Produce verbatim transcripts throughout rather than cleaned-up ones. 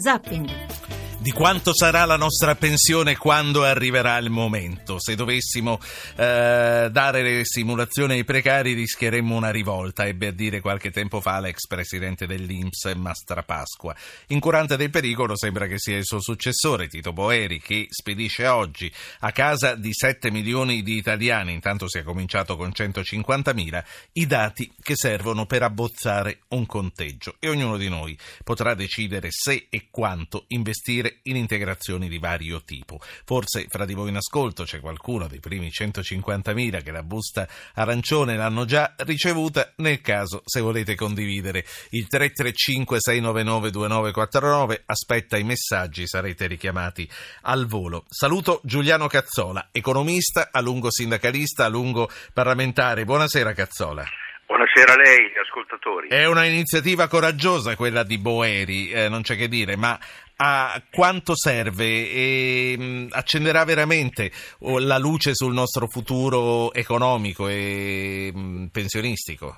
Zapping. Di quanto sarà la nostra pensione quando arriverà il momento? Se dovessimo eh, dare le simulazioni ai precari rischieremmo una rivolta, ebbe a dire qualche tempo fa l'ex presidente dell'I N P S Mastrapasqua. Incurante del pericolo sembra che sia il suo successore Tito Boeri, che spedisce oggi a casa di sette milioni di italiani, intanto si è cominciato con centocinquantamila, i dati che servono per abbozzare un conteggio, e ognuno di noi potrà decidere se e quanto investire in integrazioni di vario tipo. Forse fra di voi in ascolto c'è qualcuno dei primi centocinquantamila che la busta arancione l'hanno già ricevuta. Nel caso, se volete condividere, il tre tre cinque sei nove nove due nove quattro nove aspetta i messaggi, sarete richiamati al volo. Saluto Giuliano Cazzola, economista, a lungo sindacalista, a lungo parlamentare. Buonasera Cazzola. Buonasera a lei, gli ascoltatori. È una iniziativa coraggiosa quella di Boeri, eh, non c'è che dire, ma a quanto serve e mh, accenderà veramente oh, la luce sul nostro futuro economico e mh, pensionistico?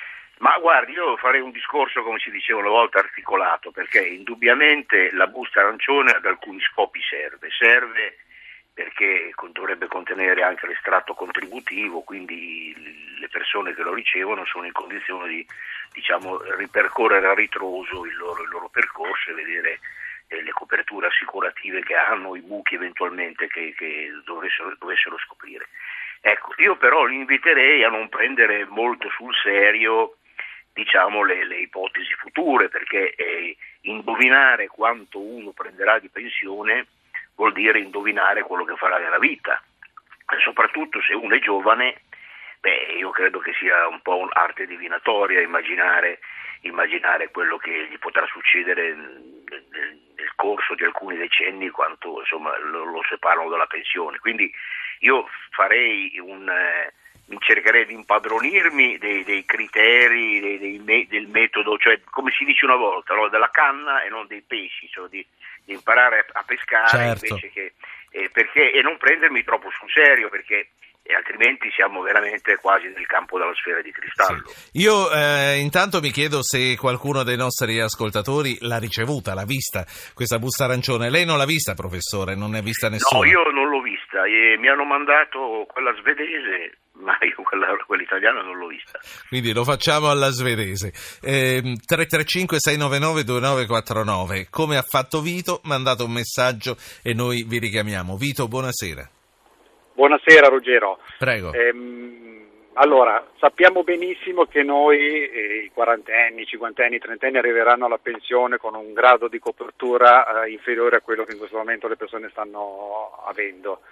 Ma guardi, io farei un discorso, come si diceva una volta, articolato, perché indubbiamente la busta arancione ad alcuni scopi serve. Serve perché dovrebbe contenere anche l'estratto contributivo, quindi le persone che lo ricevono sono in condizione di, diciamo, ripercorrere a ritroso il loro, il loro percorso e vedere le coperture assicurative che hanno, i buchi eventualmente che, che dovessero, dovessero scoprire. Ecco, io però li inviterei a non prendere molto sul serio, diciamo, le, le ipotesi future, perché eh, indovinare quanto uno prenderà di pensione vuol dire indovinare quello che farà nella vita, e soprattutto se uno è giovane, beh, io credo che sia un po' un'arte divinatoria immaginare, immaginare quello che gli potrà succedere nel, nel corso di alcuni decenni, quanto insomma lo, lo separano dalla pensione. Quindi io farei un eh, cercherei di impadronirmi dei, dei criteri, dei, dei me, del metodo, cioè come si dice una volta, no? Della canna e non dei pesci, cioè di, di imparare a, a pescare, certo. invece che eh, perché e non prendermi troppo sul serio, perché e altrimenti siamo veramente quasi nel campo della sfera di cristallo. Sì. Io eh, intanto mi chiedo se qualcuno dei nostri ascoltatori l'ha ricevuta, l'ha vista questa busta arancione. Lei non l'ha vista, professore? Non ne ha vista nessuno? No, io non l'ho vista e mi hanno mandato quella svedese, ma io quella, quella italiana non l'ho vista. Quindi lo facciamo alla svedese. Eh, tre tre cinque sei nove nove due nove quattro nove. Come ha fatto Vito? Mandate un messaggio e noi vi richiamiamo. Vito, buonasera. Buonasera Ruggero. Prego. Ehm, allora, sappiamo benissimo che noi, eh, i quarantenni, cinquantenni, trentenni arriveranno alla pensione con un grado di copertura eh, inferiore a quello che in questo momento le persone stanno avendo.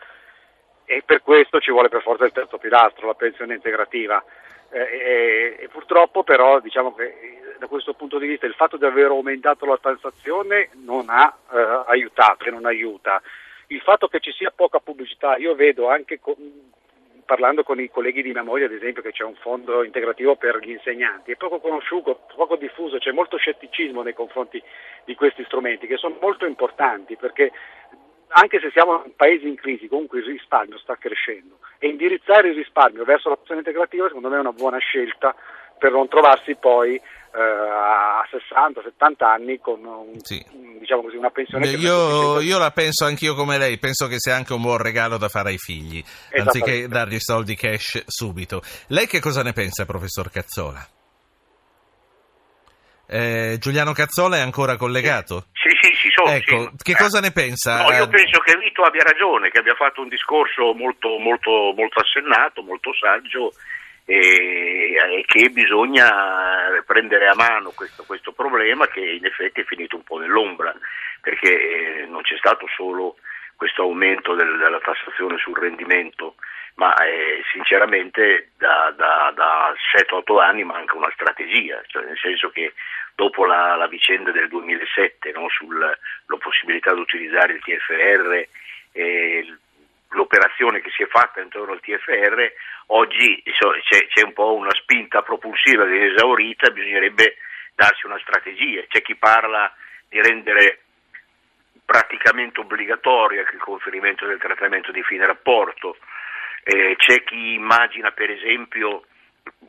E per questo ci vuole per forza il terzo pilastro, la pensione integrativa. Eh, e, e purtroppo però diciamo che da questo punto di vista il fatto di aver aumentato la tassazione non ha eh, aiutato e non aiuta. Il fatto che ci sia poca pubblicità, io vedo anche con, parlando con i colleghi di mia moglie, ad esempio, che c'è un fondo integrativo per gli insegnanti, è poco conosciuto, poco diffuso, c'è molto scetticismo nei confronti di questi strumenti che sono molto importanti, perché anche se siamo in paesi in crisi, comunque il risparmio sta crescendo e indirizzare il risparmio verso la pensione integrativa secondo me è una buona scelta per non trovarsi poi Uh, a sessanta settanta anni con un, sì. diciamo così, una pensione che io, io la penso anch'io come lei, penso che sia anche un buon regalo da fare ai figli anziché dargli soldi cash subito. Lei che cosa ne pensa, professor Cazzola? Eh, Giuliano Cazzola è ancora collegato? Sì, sì, sì, sono. Ecco, sì. che cosa ne pensa? No, io penso che Vito abbia ragione, che abbia fatto un discorso molto, molto, molto assennato, molto saggio, e che bisogna prendere a mano questo, questo problema che in effetti è finito un po' nell'ombra, perché non c'è stato solo questo aumento del, della tassazione sul rendimento, ma eh, sinceramente da, da, da sette otto anni manca una strategia, cioè nel senso che dopo la, la vicenda del duemilasette, no, sulla possibilità di utilizzare il T F R, eh, l'operazione che si è fatta intorno al T F R, oggi c'è, c'è un po' una spinta propulsiva che è esaurita, bisognerebbe darsi una strategia. C'è chi parla di rendere praticamente obbligatorio il conferimento del trattamento di fine rapporto, eh, c'è chi immagina per esempio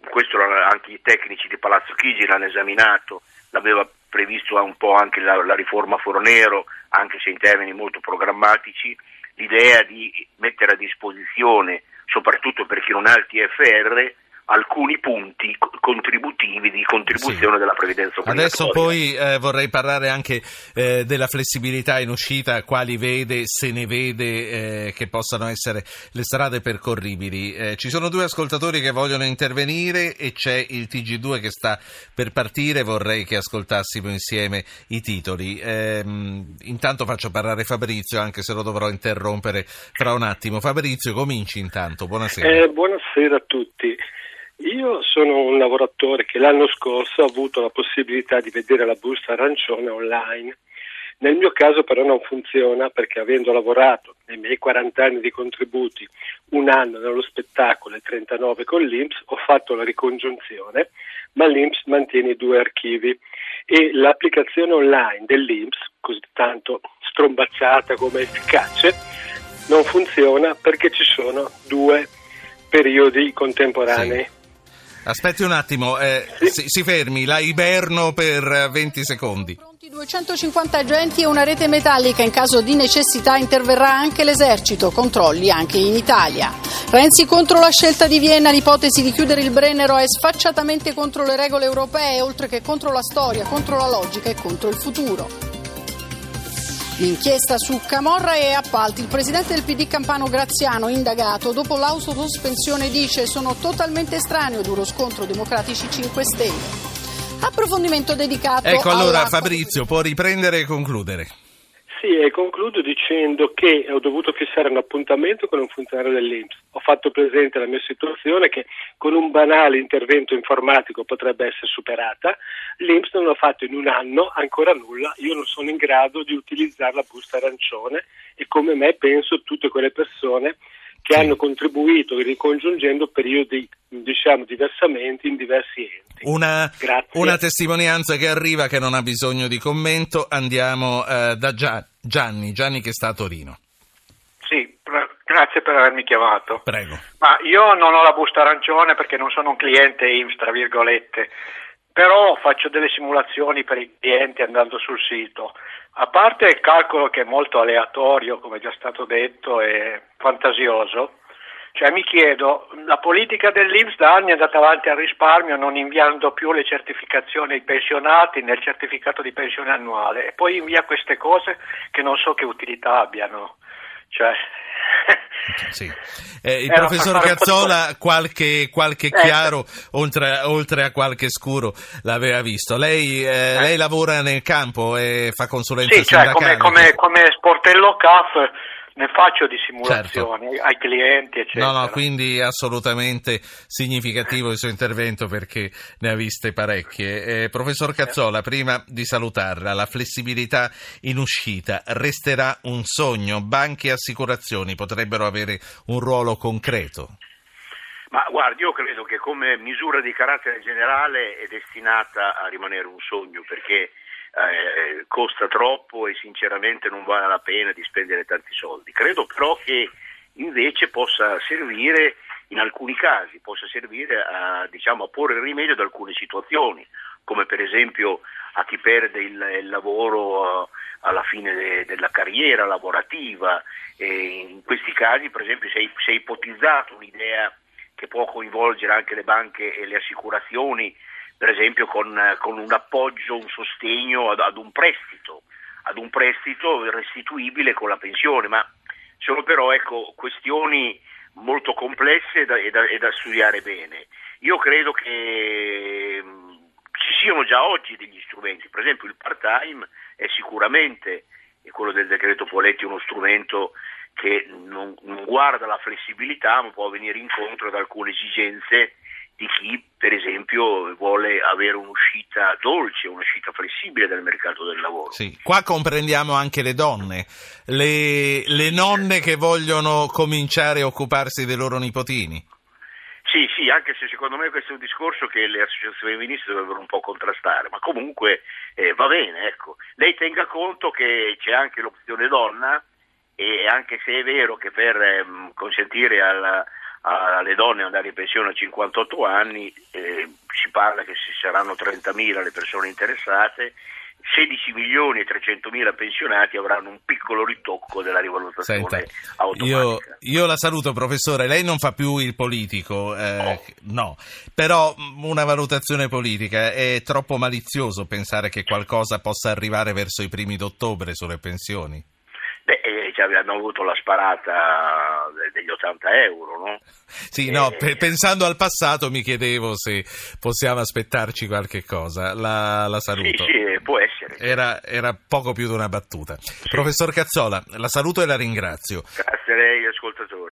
questo anche i tecnici di Palazzo Chigi l'hanno esaminato, l'aveva previsto un po' anche la, la riforma Fornero, anche se in termini molto programmatici, l'idea di mettere a disposizione, soprattutto per chi non ha il T F R, alcuni punti contributivi di contribuzione sì. della previdenza obbligatoria. Adesso poi eh, vorrei parlare anche eh, della flessibilità in uscita, quali vede, se ne vede eh, che possano essere le strade percorribili. Eh, ci sono due ascoltatori che vogliono intervenire e c'è il T G due che sta per partire, vorrei che ascoltassimo insieme i titoli. Eh, intanto faccio parlare Fabrizio, anche se lo dovrò interrompere fra un attimo. Fabrizio, cominci intanto, buonasera. Eh, buonasera a tutti. Io sono un lavoratore che l'anno scorso ha avuto la possibilità di vedere la busta arancione online. Nel mio caso però non funziona perché, avendo lavorato nei miei quaranta anni di contributi un anno nello spettacolo e trentanove con l'I N P S, ho fatto la ricongiunzione, ma l'I N P S mantiene i due archivi e l'applicazione online dell'I N P S, così tanto strombacciata come efficace, non funziona perché ci sono due periodi contemporanei. Sì. Aspetti un attimo, eh, sì. si, si fermi, la iberno per venti secondi. Pronti duecentocinquanta agenti e una rete metallica, in caso di necessità interverrà anche l'esercito, controlli anche in Italia. Renzi contro la scelta di Vienna, l'ipotesi di chiudere il Brennero è sfacciatamente contro le regole europee, oltre che contro la storia, contro la logica e contro il futuro. L'inchiesta su Camorra e appalti. Il presidente del P D campano Graziano, indagato dopo l'autosospensione, dice: sono totalmente estraneo, duro scontro democratici cinque Stelle. Approfondimento dedicato Ecco allora alla... Fabrizio, può riprendere e concludere. Sì, e concludo dicendo che ho dovuto fissare un appuntamento con un funzionario dell'I N P S. Ho fatto presente la mia situazione, che con un banale intervento informatico potrebbe essere superata. L'I N P S non l'ha fatto in un anno, ancora nulla. Io non sono in grado di utilizzare la busta arancione e, come me, penso tutte quelle persone che sì. hanno contribuito ricongiungendo periodi, diciamo, diversamente in diversi enti. Una, una testimonianza che arriva, che non ha bisogno di commento. Andiamo eh, da Gianni, Gianni che sta a Torino. Sì, grazie per avermi chiamato. Prego. Ma io non ho la busta arancione perché non sono un cliente I N P S, tra virgolette, però faccio delle simulazioni per i clienti andando sul sito. A parte il calcolo, che è molto aleatorio, come è già stato detto, e fantasioso, cioè mi chiedo, la politica dell'I N P S da anni è andata avanti al risparmio, non inviando più le certificazioni ai pensionati nel certificato di pensione annuale, e poi invia queste cose che non so che utilità abbiano. Cioè... Sì. Eh, il professor Cazzola qualche, qualche chiaro eh. oltre, oltre a qualche scuro l'aveva visto. Lei, eh, eh. lei lavora nel campo e fa consulenza sì, sindacale? Cioè, come, come, come sportello C A F ne faccio di simulazioni, certo, ai clienti, eccetera. No, no, quindi assolutamente significativo il suo intervento, perché ne ha viste parecchie. Eh, professor Cazzola, prima di salutarla, la flessibilità in uscita resterà un sogno? Banche e assicurazioni potrebbero avere un ruolo concreto? Ma guardi, io credo che come misura di carattere generale è destinata a rimanere un sogno, perché Eh, costa troppo e sinceramente non vale la pena di spendere tanti soldi. Credo però che invece possa servire in alcuni casi, possa servire a, diciamo, a porre rimedio ad alcune situazioni, come per esempio a chi perde il, il lavoro uh, alla fine de, della carriera lavorativa. E in questi casi, per esempio, si è, si è ipotizzato un'idea che può coinvolgere anche le banche e le assicurazioni, per esempio con, con un appoggio, un sostegno ad, ad un prestito, ad un prestito restituibile con la pensione, ma sono però ecco, questioni molto complesse da, e, da, e da studiare bene. Io credo che mh, ci siano già oggi degli strumenti, per esempio il part-time è sicuramente, e quello del decreto Poletti, uno strumento che non, non guarda la flessibilità, ma può venire incontro ad alcune esigenze di chi, per esempio, vuole avere un'uscita dolce, un'uscita flessibile dal mercato del lavoro. Sì, qua comprendiamo anche le donne, le, le nonne che vogliono cominciare a occuparsi dei loro nipotini. Sì, sì, anche se secondo me questo è un discorso che le associazioni femministe dovrebbero un po' contrastare, ma comunque eh, va bene, ecco. Lei tenga conto che c'è anche l'opzione donna, e anche se è vero che per ehm, consentire alla alle donne andare in pensione a cinquantotto anni, eh, si parla che ci saranno trentamila le persone interessate, sedici milioni e trecentomila pensionati avranno un piccolo ritocco della rivalutazione Senta, automatica. Io, io la saluto, professore, lei non fa più il politico, eh, no. no, però una valutazione politica, è troppo malizioso pensare che qualcosa possa arrivare verso i primi d'ottobre sulle pensioni? Beh, eh, cioè, abbiamo avuto la sparata degli ottanta euro, no? Sì, no, eh, pe- pensando al passato mi chiedevo se possiamo aspettarci qualche cosa. La, la saluto. Sì, sì, può essere. Era, era poco più di una battuta. Sì. Professor Cazzola, la saluto e la ringrazio. Grazie a lei, ascoltatori.